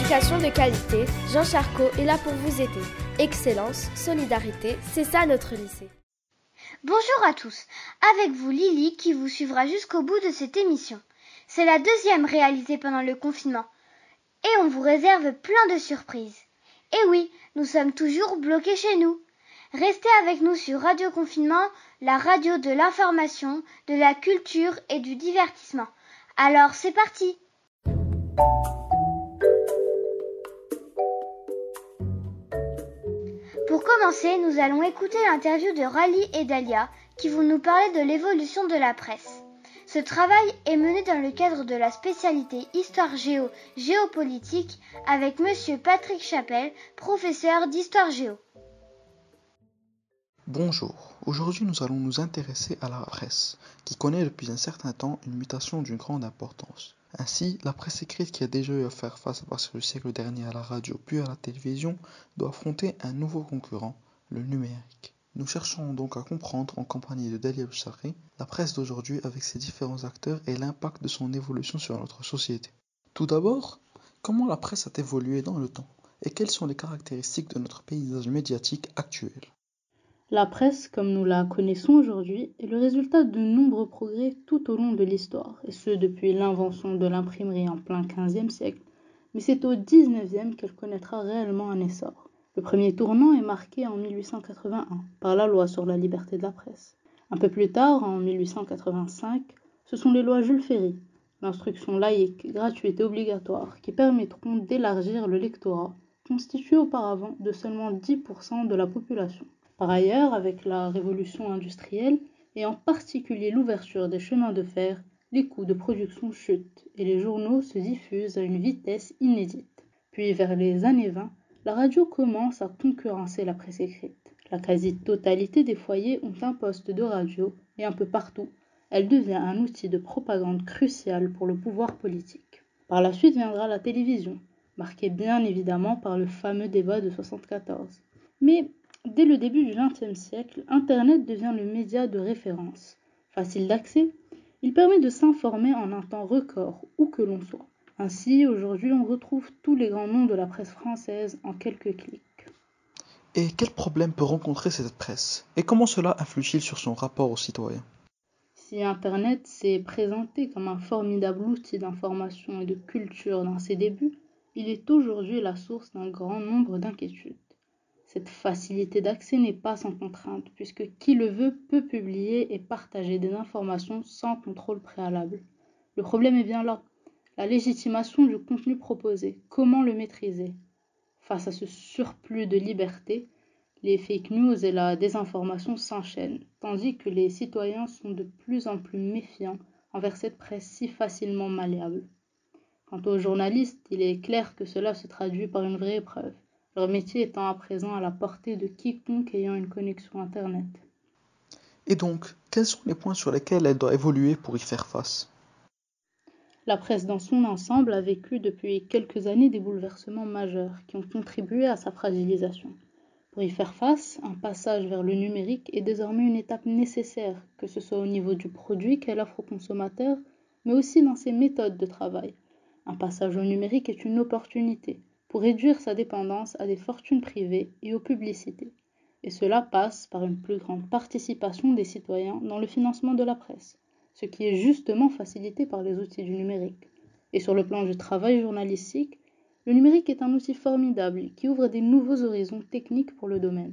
éducation de qualité, Jean Charcot est là pour vous aider. Excellence, solidarité, c'est ça notre lycée. Bonjour à tous, avec vous Lily qui vous suivra jusqu'au bout de cette émission. C'est la deuxième réalisée pendant le confinement et on vous réserve plein de surprises. Et oui, nous sommes toujours bloqués chez nous. Restez avec nous sur Radio Confinement, la radio de l'information, de la culture et du divertissement. Alors c'est parti! Pour commencer, nous allons écouter l'interview de Rally et Dalia qui vont nous parler de l'évolution de la presse. Ce travail est mené dans le cadre de la spécialité Histoire géopolitique avec Monsieur Patrick Chapelle, professeur d'Histoire géo. Bonjour, aujourd'hui nous allons nous intéresser à la presse, qui connaît depuis un certain temps une mutation d'une grande importance. Ainsi, la presse écrite qui a déjà eu à faire face à partir du siècle dernier à la radio puis à la télévision doit affronter un nouveau concurrent, le numérique. Nous cherchons donc à comprendre en compagnie de Dalia Bouchari la presse d'aujourd'hui avec ses différents acteurs et l'impact de son évolution sur notre société. Tout d'abord, comment la presse a évolué dans le temps et quelles sont les caractéristiques de notre paysage médiatique actuel? La presse, comme nous la connaissons aujourd'hui, est le résultat de nombreux progrès tout au long de l'histoire, et ce depuis l'invention de l'imprimerie en plein XVe siècle, mais c'est au XIXe qu'elle connaîtra réellement un essor. Le premier tournant est marqué en 1881 par la loi sur la liberté de la presse. Un peu plus tard, en 1885, ce sont les lois Jules Ferry, l'instruction laïque, gratuite et obligatoire, qui permettront d'élargir le lectorat, constitué auparavant de seulement 10% de la population. Par ailleurs, avec la révolution industrielle et en particulier l'ouverture des chemins de fer, les coûts de production chutent et les journaux se diffusent à une vitesse inédite. Puis vers les années 20, la radio commence à concurrencer la presse écrite. La quasi-totalité des foyers ont un poste de radio et un peu partout, elle devient un outil de propagande crucial pour le pouvoir politique. Par la suite viendra la télévision, marquée bien évidemment par le fameux débat de 1974. Mais dès le début du XXe siècle, Internet devient le média de référence. Facile d'accès, il permet de s'informer en un temps record, où que l'on soit. Ainsi, aujourd'hui, on retrouve tous les grands noms de la presse française en quelques clics. Et quels problèmes peut rencontrer cette presse? Et comment cela influe-t-il sur son rapport aux citoyens? Si Internet s'est présenté comme un formidable outil d'information et de culture dans ses débuts, il est aujourd'hui la source d'un grand nombre d'inquiétudes. Cette facilité d'accès n'est pas sans contrainte, puisque qui le veut peut publier et partager des informations sans contrôle préalable. Le problème est bien là, la légitimation du contenu proposé, comment le maîtriser? Face à ce surplus de liberté, les fake news et la désinformation s'enchaînent, tandis que les citoyens sont de plus en plus méfiants envers cette presse si facilement malléable. Quant aux journalistes, il est clair que cela se traduit par une vraie épreuve. Leur métier étant à présent à la portée de quiconque ayant une connexion Internet. Et donc, quels sont les points sur lesquels elle doit évoluer pour y faire face? La presse dans son ensemble a vécu depuis quelques années des bouleversements majeurs qui ont contribué à sa fragilisation. Pour y faire face, un passage vers le numérique est désormais une étape nécessaire, que ce soit au niveau du produit qu'elle offre aux consommateurs, mais aussi dans ses méthodes de travail. Un passage au numérique est une opportunité pour réduire sa dépendance à des fortunes privées et aux publicités. Et cela passe par une plus grande participation des citoyens dans le financement de la presse, ce qui est justement facilité par les outils du numérique. Et sur le plan du travail journalistique, le numérique est un outil formidable qui ouvre des nouveaux horizons techniques pour le domaine.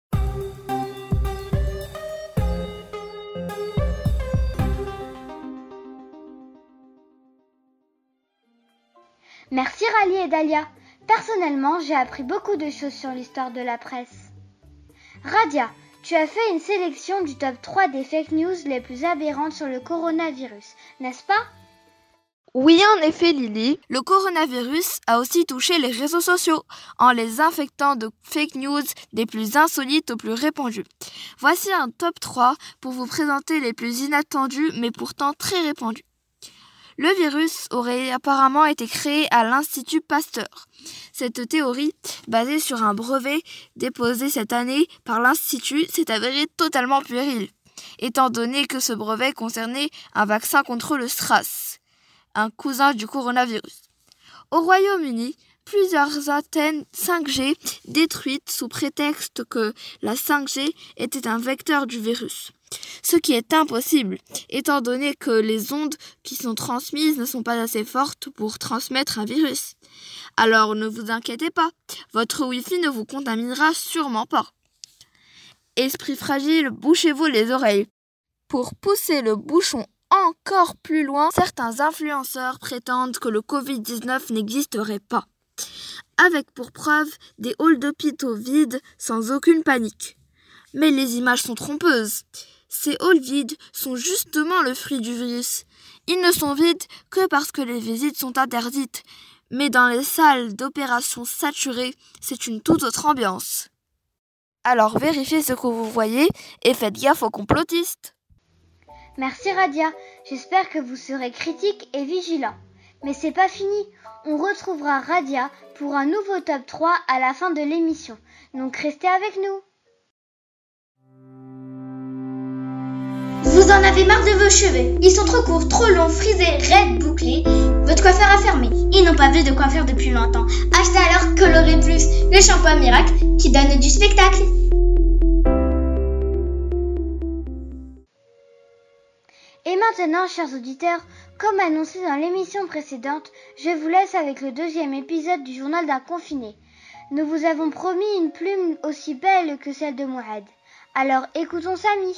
Merci Rally et Dalia. Personnellement, j'ai appris beaucoup de choses sur l'histoire de la presse. Radia, tu as fait une sélection du top 3 des fake news les plus aberrantes sur le coronavirus, n'est-ce pas? Oui, en effet, Lily, le coronavirus a aussi touché les réseaux sociaux en les infectant de fake news des plus insolites aux plus répandues. Voici un top 3 pour vous présenter les plus inattendus mais pourtant très répandus. Le virus aurait apparemment été créé à l'Institut Pasteur. Cette théorie, basée sur un brevet déposé cette année par l'Institut, s'est avérée totalement puérile, étant donné que ce brevet concernait un vaccin contre le SRAS, un cousin du coronavirus. Au Royaume-Uni, plusieurs antennes 5G détruites sous prétexte que la 5G était un vecteur du virus. Ce qui est impossible, étant donné que les ondes qui sont transmises ne sont pas assez fortes pour transmettre un virus. Alors ne vous inquiétez pas, votre Wi-Fi ne vous contaminera sûrement pas. Esprit fragile, bouchez-vous les oreilles. Pour pousser le bouchon encore plus loin, certains influenceurs prétendent que le Covid-19 n'existerait pas, avec pour preuve des halls d'hôpitaux vides sans aucune panique. Mais les images sont trompeuses. Ces halls vides sont justement le fruit du virus. Ils ne sont vides que parce que les visites sont interdites. Mais dans les salles d'opération saturées, c'est une toute autre ambiance. Alors vérifiez ce que vous voyez et faites gaffe aux complotistes. Merci Radia, j'espère que vous serez critique et vigilant. Mais c'est pas fini, on retrouvera Radia pour un nouveau top 3 à la fin de l'émission. Donc restez avec nous. Vous en avez marre de vos cheveux. Ils sont trop courts, trop longs, frisés, raides, bouclés. Votre coiffeur a fermé. Ils n'ont pas vu de coiffeur depuis longtemps. Achetez alors Coloré Plus, le shampoing miracle qui donne du spectacle. Et maintenant, chers auditeurs, comme annoncé dans l'émission précédente, je vous laisse avec le deuxième épisode du journal d'un confiné. Nous vous avons promis une plume aussi belle que celle de Mouad. Alors écoutons Samy.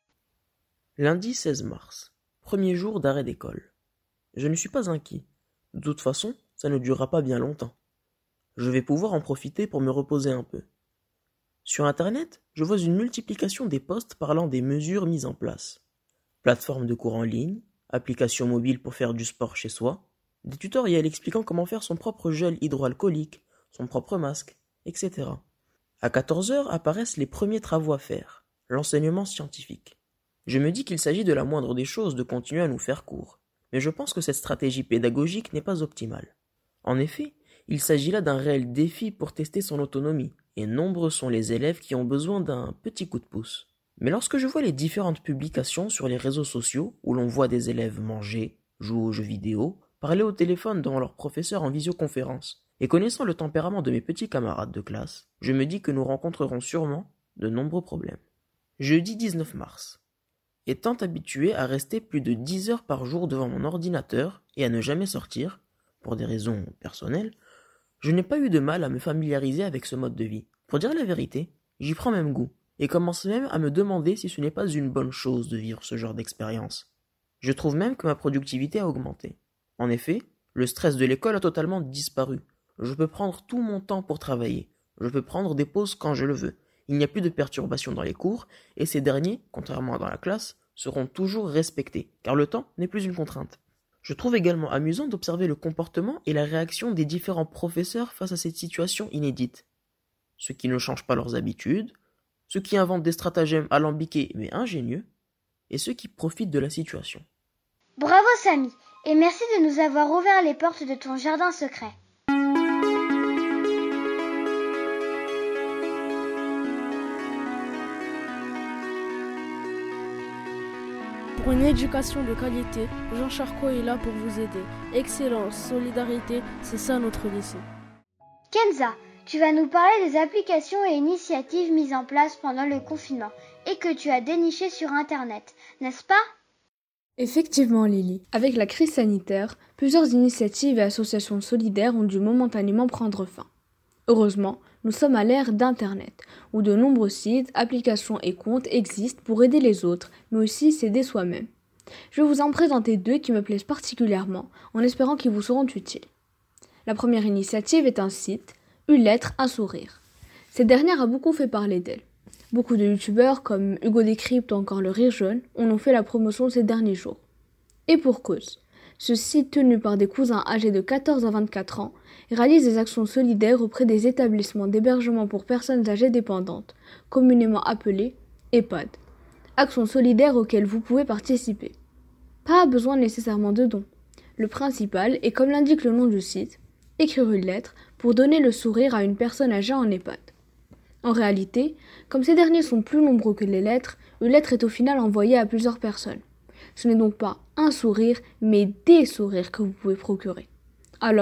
Lundi 16 mars, premier jour d'arrêt d'école. Je ne suis pas inquiet. De toute façon, ça ne durera pas bien longtemps. Je vais pouvoir en profiter pour me reposer un peu. Sur Internet, je vois une multiplication des posts parlant des mesures mises en place. Plateforme de cours en ligne, application mobile pour faire du sport chez soi, des tutoriels expliquant comment faire son propre gel hydroalcoolique, son propre masque, etc. À 14h apparaissent les premiers travaux à faire, l'enseignement scientifique. Je me dis qu'il s'agit de la moindre des choses de continuer à nous faire cours, mais je pense que cette stratégie pédagogique n'est pas optimale. En effet, il s'agit là d'un réel défi pour tester son autonomie, et nombreux sont les élèves qui ont besoin d'un petit coup de pouce. Mais lorsque je vois les différentes publications sur les réseaux sociaux où l'on voit des élèves manger, jouer aux jeux vidéo, parler au téléphone devant leur professeur en visioconférence, et connaissant le tempérament de mes petits camarades de classe, je me dis que nous rencontrerons sûrement de nombreux problèmes. Jeudi 19 mars. Étant habitué à rester plus de 10 heures par jour devant mon ordinateur et à ne jamais sortir, pour des raisons personnelles, je n'ai pas eu de mal à me familiariser avec ce mode de vie. Pour dire la vérité, j'y prends même goût, et commence même à me demander si ce n'est pas une bonne chose de vivre ce genre d'expérience. Je trouve même que ma productivité a augmenté. En effet, le stress de l'école a totalement disparu. Je peux prendre tout mon temps pour travailler. Je peux prendre des pauses quand je le veux. Il n'y a plus de perturbations dans les cours, et ces derniers, contrairement à dans la classe, seront toujours respectés, car le temps n'est plus une contrainte. Je trouve également amusant d'observer le comportement et la réaction des différents professeurs face à cette situation inédite. Ceux qui ne changent pas leurs habitudes, ceux qui inventent des stratagèmes alambiqués mais ingénieux, et ceux qui profitent de la situation. Bravo Samy, et merci de nous avoir ouvert les portes de ton jardin secret. Pour une éducation de qualité, Jean Charcot est là pour vous aider. Excellence, solidarité, c'est ça notre lycée. Kenza, tu vas nous parler des applications et initiatives mises en place pendant le confinement et que tu as dénichées sur Internet, n'est-ce pas ? Effectivement Lily, avec la crise sanitaire, plusieurs initiatives et associations solidaires ont dû momentanément prendre fin. Heureusement, nous sommes à l'ère d'Internet, où de nombreux sites, applications et comptes existent pour aider les autres, mais aussi s'aider soi-même. Je vais vous en présenter deux qui me plaisent particulièrement, en espérant qu'ils vous seront utiles. La première initiative est un site, Une lettre, un sourire. Cette dernière a beaucoup fait parler d'elle. Beaucoup de youtubeurs comme Hugo Décrypte ou encore le Rire Jaune en ont fait la promotion ces derniers jours. Et pour cause. Ce site, tenu par des cousins âgés de 14 à 24 ans, réalise des actions solidaires auprès des établissements d'hébergement pour personnes âgées dépendantes, communément appelés EHPAD. Actions solidaires auxquelles vous pouvez participer. Pas besoin nécessairement de dons. Le principal est, comme l'indique le nom du site, écrire une lettre pour donner le sourire à une personne âgée en EHPAD. En réalité, comme ces derniers sont plus nombreux que les lettres, une lettre est au final envoyée à plusieurs personnes. Ce n'est donc pas un sourire, mais des sourires que vous pouvez procurer. Alors,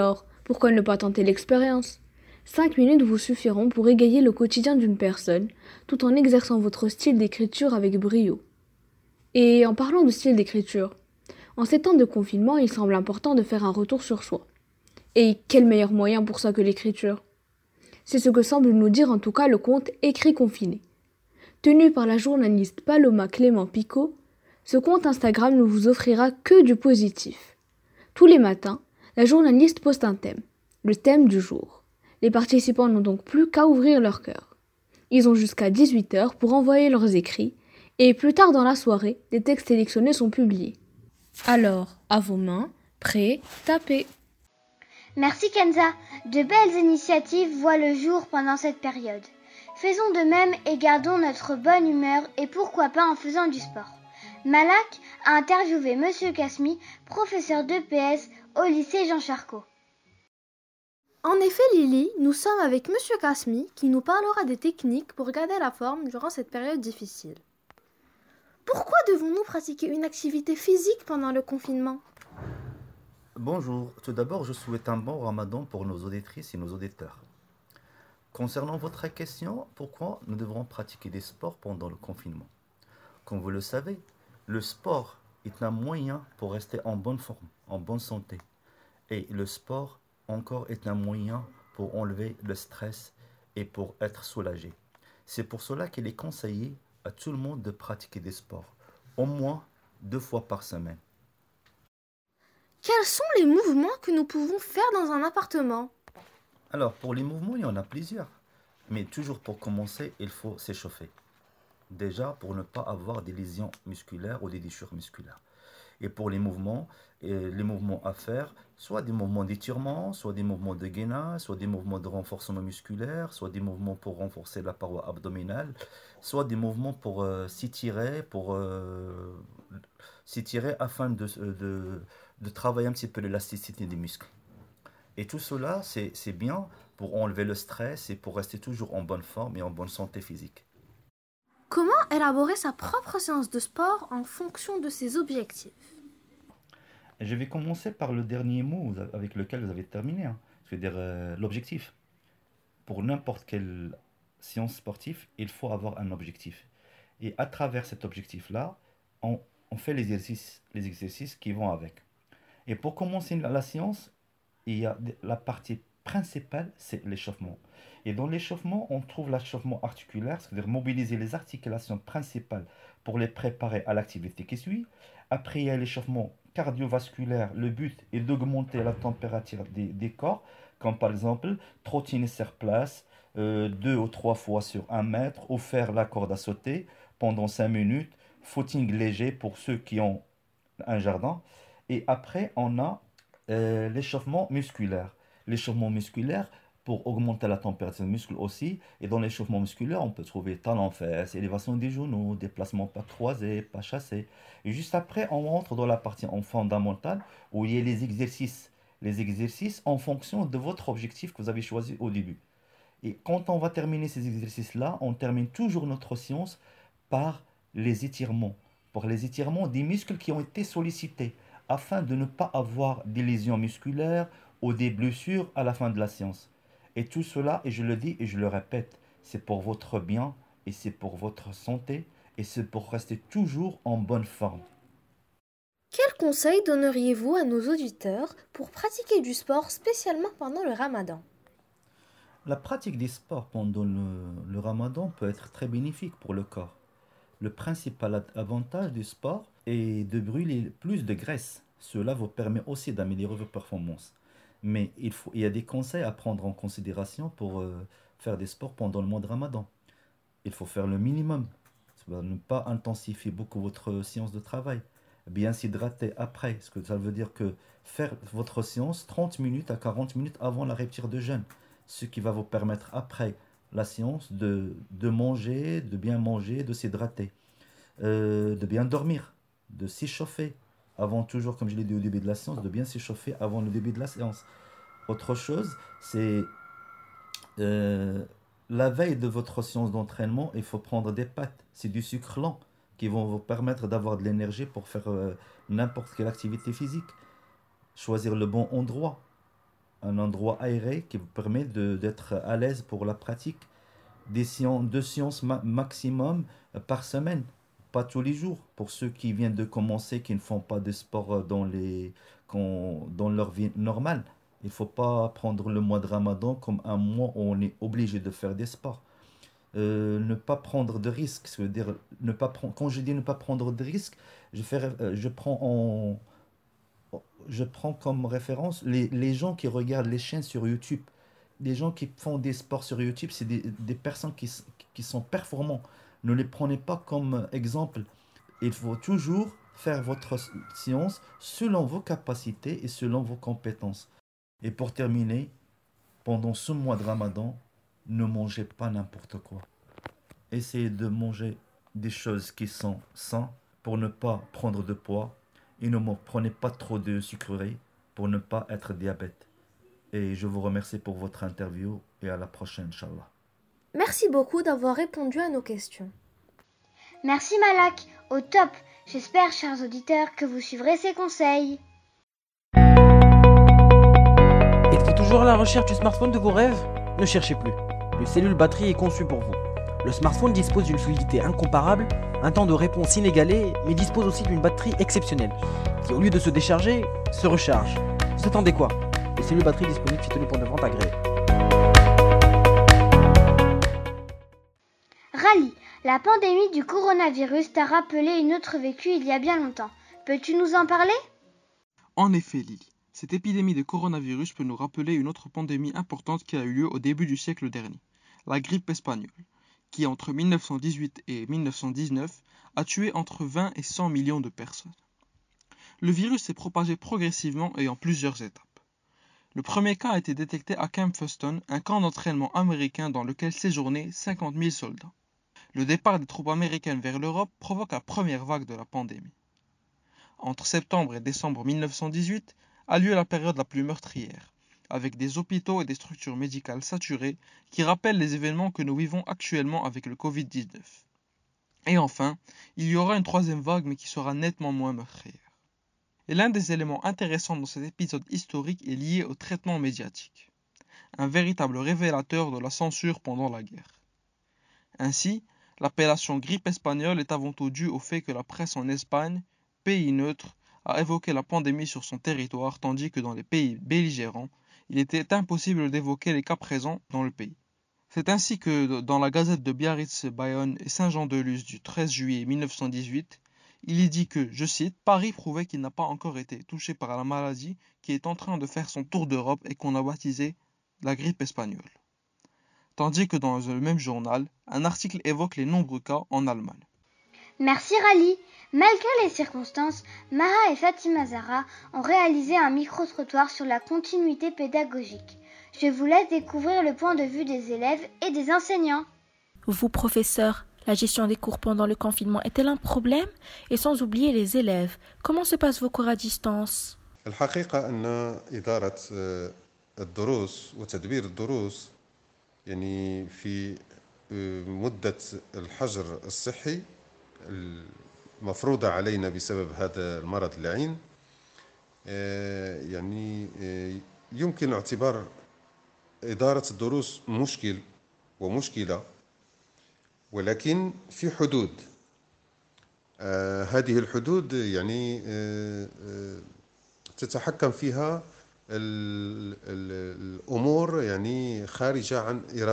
Pourquoi ne pas tenter l'expérience? 5 minutes vous suffiront pour égayer le quotidien d'une personne, tout en exerçant votre style d'écriture avec brio. Et en parlant de style d'écriture, en ces temps de confinement, il semble important de faire un retour sur soi. Et quel meilleur moyen pour ça que l'écriture? C'est ce que semble nous dire en tout cas le compte Écrit Confiné. Tenu par la journaliste Paloma Clément Picot, ce compte Instagram ne vous offrira que du positif. Tous les matins, la journaliste poste un thème, le thème du jour. Les participants n'ont donc plus qu'à ouvrir leur cœur. Ils ont jusqu'à 18h pour envoyer leurs écrits, et plus tard dans la soirée, des textes sélectionnés sont publiés. Alors, à vos mains, prêts, tapez. Merci Kenza. De belles initiatives voient le jour pendant cette période. Faisons de même et gardons notre bonne humeur et pourquoi pas en faisant du sport. Malak a interviewé Monsieur Kasmi, professeur d'EPS au lycée Jean Charcot. En effet, Lily, nous sommes avec Monsieur Kasmi qui nous parlera des techniques pour garder la forme durant cette période difficile. Pourquoi devons-nous pratiquer une activité physique pendant le confinement? Bonjour, tout d'abord je souhaite un bon ramadan pour nos auditrices et nos auditeurs. Concernant votre question, pourquoi nous devrons pratiquer des sports pendant le confinement? Comme vous le savez, le sport est un moyen pour rester en bonne forme, en bonne santé. Et le sport encore est un moyen pour enlever le stress et pour être soulagé. C'est pour cela qu'il est conseillé à tout le monde de pratiquer des sports, au moins 2 fois par semaine. Quels sont les mouvements que nous pouvons faire dans un appartement? Alors, pour les mouvements, il y en a plusieurs. Mais toujours pour commencer, il faut s'échauffer. Déjà, pour ne pas avoir des lésions musculaires ou des déchirures musculaires. Et pour les mouvements à faire, soit des mouvements d'étirement, soit des mouvements de gainage, soit des mouvements de renforcement musculaire, soit des mouvements pour renforcer la paroi abdominale, soit des mouvements pour s'étirer afin de travailler un petit peu l'élasticité des muscles. Et tout cela, c'est bien pour enlever le stress et pour rester toujours en bonne forme et en bonne santé physique. Comment élaborer sa propre séance de sport en fonction de ses objectifs? Je vais commencer par le dernier mot avec lequel vous avez terminé, c'est-à-dire l'objectif. Pour n'importe quelle séance sportive, il faut avoir un objectif. Et à travers cet objectif-là, on fait les exercices qui vont avec. Et pour commencer la séance, il y a la partie principale, c'est l'échauffement. Et dans l'échauffement, on trouve l'échauffement articulaire, c'est-à-dire mobiliser les articulations principales pour les préparer à l'activité qui suit. Après, il y a l'échauffement cardiovasculaire. Le but est d'augmenter la température des corps, comme par exemple trottiner sur place 2 ou 3 fois sur 1 mètre, ou faire la corde à sauter pendant 5 minutes, footing léger pour ceux qui ont un jardin. Et après, on a l'échauffement musculaire. L'échauffement musculaire pour augmenter la température des muscles aussi. Et dans l'échauffement musculaire, on peut trouver talons-fesses, élévation des genoux, déplacement pas croisé, pas chassé. Et juste après, on rentre dans la partie fondamentale où il y a les exercices. Les exercices en fonction de votre objectif que vous avez choisi au début. Et quand on va terminer ces exercices-là, on termine toujours notre séance par les étirements. Pour les étirements des muscles qui ont été sollicités, afin de ne pas avoir des lésions musculaires ou des blessures à la fin de la séance. Et tout cela, et je le dis et je le répète, c'est pour votre bien et c'est pour votre santé et c'est pour rester toujours en bonne forme. Quels conseils donneriez-vous à nos auditeurs pour pratiquer du sport spécialement pendant le ramadan? La pratique des sports pendant le ramadan peut être très bénéfique pour le corps. Le principal avantage du sport est de brûler plus de graisse. Cela vous permet aussi d'améliorer vos performances. Mais il y a des conseils à prendre en considération pour faire des sports pendant le mois de Ramadan. Il faut faire le minimum. Ne pas intensifier beaucoup votre séance de travail. Bien s'hydrater après. Ce que ça veut dire que faire votre séance 30 minutes à 40 minutes avant la rupture de jeûne. Ce qui va vous permettre après la séance de manger, de bien manger, de s'hydrater, de bien dormir, de s'échauffer. Avant toujours, comme je l'ai dit au début de la séance, de bien s'échauffer avant le début de la séance. Autre chose, c'est la veille de votre séance d'entraînement, il faut prendre des pâtes. C'est du sucre lent qui vont vous permettre d'avoir de l'énergie pour faire n'importe quelle activité physique. Choisir le bon endroit. un endroit aéré qui vous permet d'être à l'aise pour la pratique deux séances maximum par semaine, pas tous les jours. Pour ceux qui viennent de commencer, qui ne font pas de sport dans leur vie normale, il ne faut pas prendre le mois de Ramadan comme un mois où on est obligé de faire des sports. Ne pas prendre de risques, c'est-à-dire quand je dis ne pas prendre de risques, je prends comme référence les gens qui regardent les chaînes sur YouTube. Les gens qui font des sports sur YouTube, c'est des personnes qui sont performants. Ne les prenez pas comme exemple. Il faut toujours faire votre séance selon vos capacités et selon vos compétences. Et pour terminer, pendant ce mois de Ramadan, ne mangez pas n'importe quoi. Essayez de manger des choses qui sont saines pour ne pas prendre de poids. Et ne prenez pas trop de sucreries pour ne pas être diabète. Et je vous remercie pour votre interview et à la prochaine, Inch'Allah. Merci beaucoup d'avoir répondu à nos questions. Merci Malak, au top. J'espère, chers auditeurs, que vous suivrez ces conseils. Êtes-vous toujours à la recherche du smartphone de vos rêves ? Ne cherchez plus. Le cellule batterie est conçu pour vous. Le smartphone dispose d'une fluidité incomparable, un temps de réponse inégalé, mais dispose aussi d'une batterie exceptionnelle, qui au lieu de se décharger, se recharge. Vous attendez quoi ? Les cellules batterie disponibles chez tous les points de vente agréés. Rally, la pandémie du coronavirus t'a rappelé une autre vécue il y a bien longtemps. Peux-tu nous en parler ? En effet, Lily, cette épidémie de coronavirus peut nous rappeler une autre pandémie importante qui a eu lieu au début du siècle dernier, la grippe espagnole, qui entre 1918 et 1919 a tué entre 20 et 100 millions de personnes. Le virus s'est propagé progressivement et en plusieurs étapes. Le premier cas a été détecté à Camp Funston, un camp d'entraînement américain dans lequel séjournaient 50 000 soldats. Le départ des troupes américaines vers l'Europe provoque la première vague de la pandémie. Entre septembre et décembre 1918 a lieu la période la plus meurtrière, avec des hôpitaux et des structures médicales saturées qui rappellent les événements que nous vivons actuellement avec le Covid-19. Et enfin, il y aura une troisième vague mais qui sera nettement moins meurtrière. Et l'un des éléments intéressants dans cet épisode historique est lié au traitement médiatique, un véritable révélateur de la censure pendant la guerre. Ainsi, l'appellation grippe espagnole est avant tout due au fait que la presse en Espagne, pays neutre, a évoqué la pandémie sur son territoire, tandis que dans les pays belligérants, il était impossible d'évoquer les cas présents dans le pays. C'est ainsi que dans la gazette de Biarritz, Bayonne et Saint-Jean-de-Luz du 13 juillet 1918, il est dit que, je cite, « Paris prouvait qu'il n'a pas encore été touché par la maladie qui est en train de faire son tour d'Europe et qu'on a baptisé la grippe espagnole ». Tandis que dans le même journal, un article évoque les nombreux cas en Allemagne. Merci Rally. Malgré les circonstances, Mara et Fatima Zahra ont réalisé un micro-trottoir sur la continuité pédagogique. Je vous laisse découvrir le point de vue des élèves et des enseignants. Vous, professeurs, la gestion des cours pendant le confinement est-elle un problème ? Et sans oublier les élèves, comment se passent vos cours à distance ? الحقيقة أن إدارة الدروس وتدبير الدروس يعني في مدة الحجر الصحي المفروضة علينا بسبب هذا المرض اللعين يعني يمكن اعتبار إدارة الدروس مشكل ومشكلة ولكن في حدود هذه الحدود يعني تتحكم فيها الأمور يعني خارجة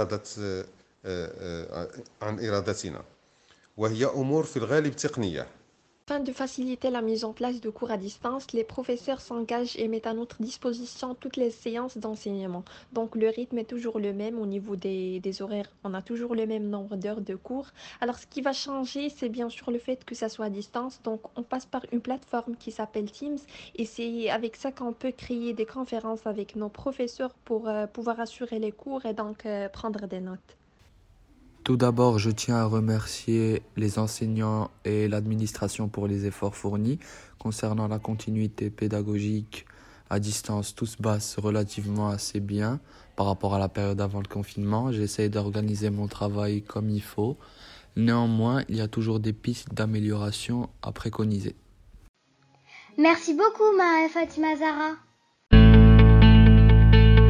عن إرادتنا وهي أمور في الغالب تقنية. Afin de faciliter la mise en place de cours à distance, les professeurs s'engagent et mettent à notre disposition toutes les séances d'enseignement. Donc le rythme est toujours le même au niveau des horaires. On a toujours le même nombre d'heures de cours. Alors ce qui va changer, c'est bien sûr le fait que ça soit à distance. Donc on passe par une plateforme qui s'appelle Teams et c'est avec ça qu'on peut créer des conférences avec nos professeurs pour pouvoir assurer les cours et donc prendre des notes. Tout d'abord, je tiens à remercier les enseignants et l'administration pour les efforts fournis. Concernant la continuité pédagogique à distance, tout se passe relativement assez bien par rapport à la période avant le confinement. J'essaie d'organiser mon travail comme il faut. Néanmoins, il y a toujours des pistes d'amélioration à préconiser. Merci beaucoup, Mara et Fatima Zahra.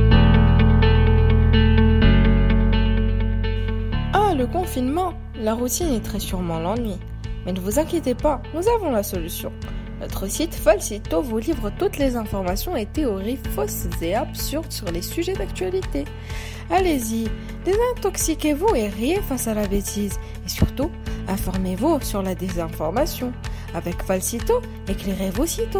le confinement, la routine est très sûrement l'ennui. Mais ne vous inquiétez pas, nous avons la solution. Notre site Falsito vous livre toutes les informations et théories fausses et absurdes sur les sujets d'actualité. Allez-y, désintoxiquez-vous et riez face à la bêtise. Et surtout, informez-vous sur la désinformation. Avec Falsito, éclairez vos sitos.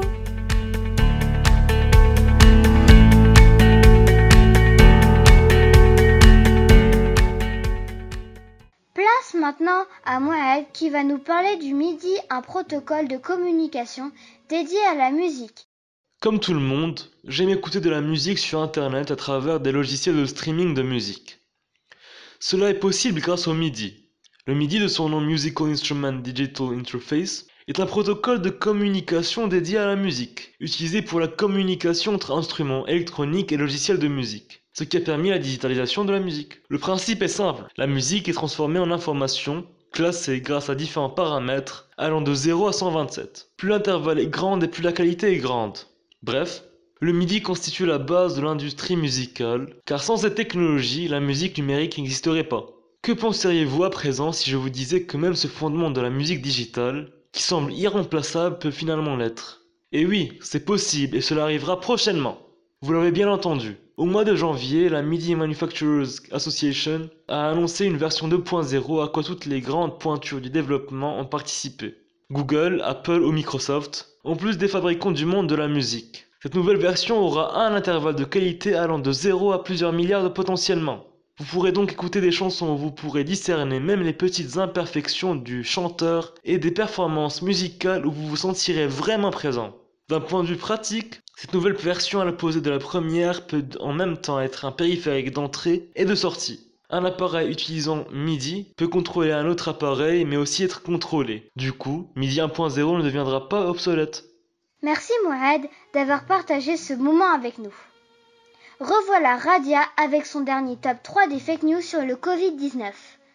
Place maintenant à Mohamed qui va nous parler du MIDI, un protocole de communication dédié à la musique. Comme tout le monde, j'aime écouter de la musique sur Internet à travers des logiciels de streaming de musique. Cela est possible grâce au MIDI. Le MIDI, de son nom Musical Instrument Digital Interface, est un protocole de communication dédié à la musique, utilisé pour la communication entre instruments électroniques et logiciels de musique, ce qui a permis la digitalisation de la musique. Le principe est simple, la musique est transformée en information, classée grâce à différents paramètres allant de 0 à 127. Plus l'intervalle est grand et plus la qualité est grande. Bref, le MIDI constitue la base de l'industrie musicale, car sans cette technologie, la musique numérique n'existerait pas. Que penseriez-vous à présent si je vous disais que même ce fondement de la musique digitale, qui semble irremplaçable, peut finalement l'être? Et oui, c'est possible et cela arrivera prochainement. Vous l'avez bien entendu. Au mois de janvier, la MIDI Manufacturers Association a annoncé une version 2.0 à quoi toutes les grandes pointures du développement ont participé. Google, Apple ou Microsoft, en plus des fabricants du monde de la musique. Cette nouvelle version aura un intervalle de qualité allant de 0 à plusieurs milliards de potentiellement. Vous pourrez donc écouter des chansons où vous pourrez discerner même les petites imperfections du chanteur et des performances musicales où vous vous sentirez vraiment présent. D'un point de vue pratique, cette nouvelle version à l'opposé de la première peut en même temps être un périphérique d'entrée et de sortie. Un appareil utilisant MIDI peut contrôler un autre appareil mais aussi être contrôlé. Du coup, MIDI 1.0 ne deviendra pas obsolète. Merci Mohamed d'avoir partagé ce moment avec nous. Revoilà Radia avec son dernier top 3 des fake news sur le Covid-19.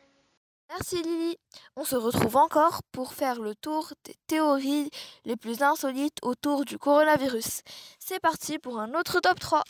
Merci Lily. On se retrouve encore pour faire le tour des théories les plus insolites autour du coronavirus. C'est parti pour un autre top 3.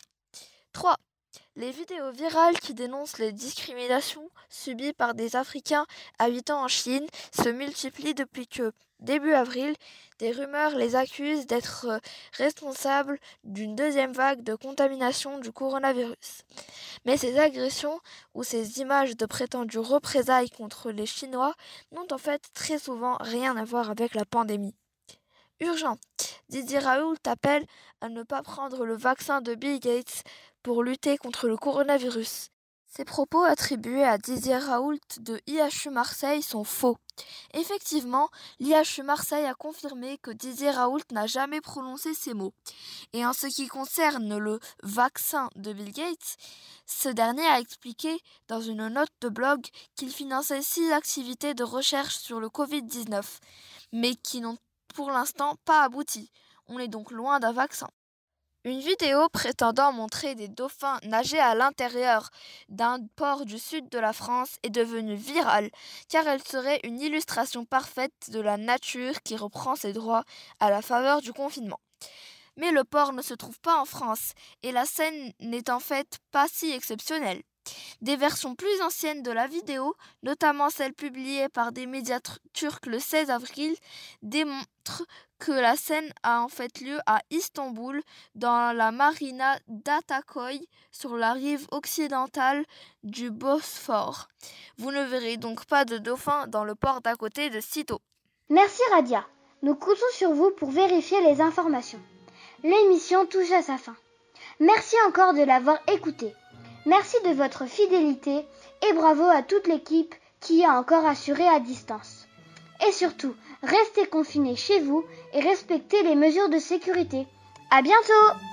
3. Les vidéos virales qui dénoncent les discriminations subies par des Africains habitant en Chine se multiplient depuis que, début avril, des rumeurs les accusent d'être responsables d'une deuxième vague de contamination du coronavirus. Mais ces agressions ou ces images de prétendues représailles contre les Chinois n'ont en fait très souvent rien à voir avec la pandémie. Urgent, Didier Raoult appelle à ne pas prendre le vaccin de Bill Gates pour lutter contre le coronavirus. Ces propos attribués à Didier Raoult de IHU Marseille sont faux. Effectivement, l'IHU Marseille a confirmé que Didier Raoult n'a jamais prononcé ces mots. Et en ce qui concerne le vaccin de Bill Gates, ce dernier a expliqué dans une note de blog qu'il finançait 6 activités de recherche sur le Covid-19, mais qui n'ont pour l'instant pas abouti. On est donc loin d'un vaccin. Une vidéo prétendant montrer des dauphins nager à l'intérieur d'un port du sud de la France est devenue virale, car elle serait une illustration parfaite de la nature qui reprend ses droits à la faveur du confinement. Mais le port ne se trouve pas en France, et la scène n'est en fait pas si exceptionnelle. Des versions plus anciennes de la vidéo, notamment celle publiée par des médias turcs le 16 avril, démontrent que la scène a en fait lieu à Istanbul, dans la marina d'Ataköy, sur la rive occidentale du Bosphore. Vous ne verrez donc pas de dauphins dans le port d'à côté de sitôt. Merci Radia. Nous comptons sur vous pour vérifier les informations. L'émission touche à sa fin. Merci encore de l'avoir écoutée. Merci de votre fidélité et bravo à toute l'équipe qui a encore assuré à distance. Et surtout, restez confinés chez vous et respectez les mesures de sécurité. À bientôt!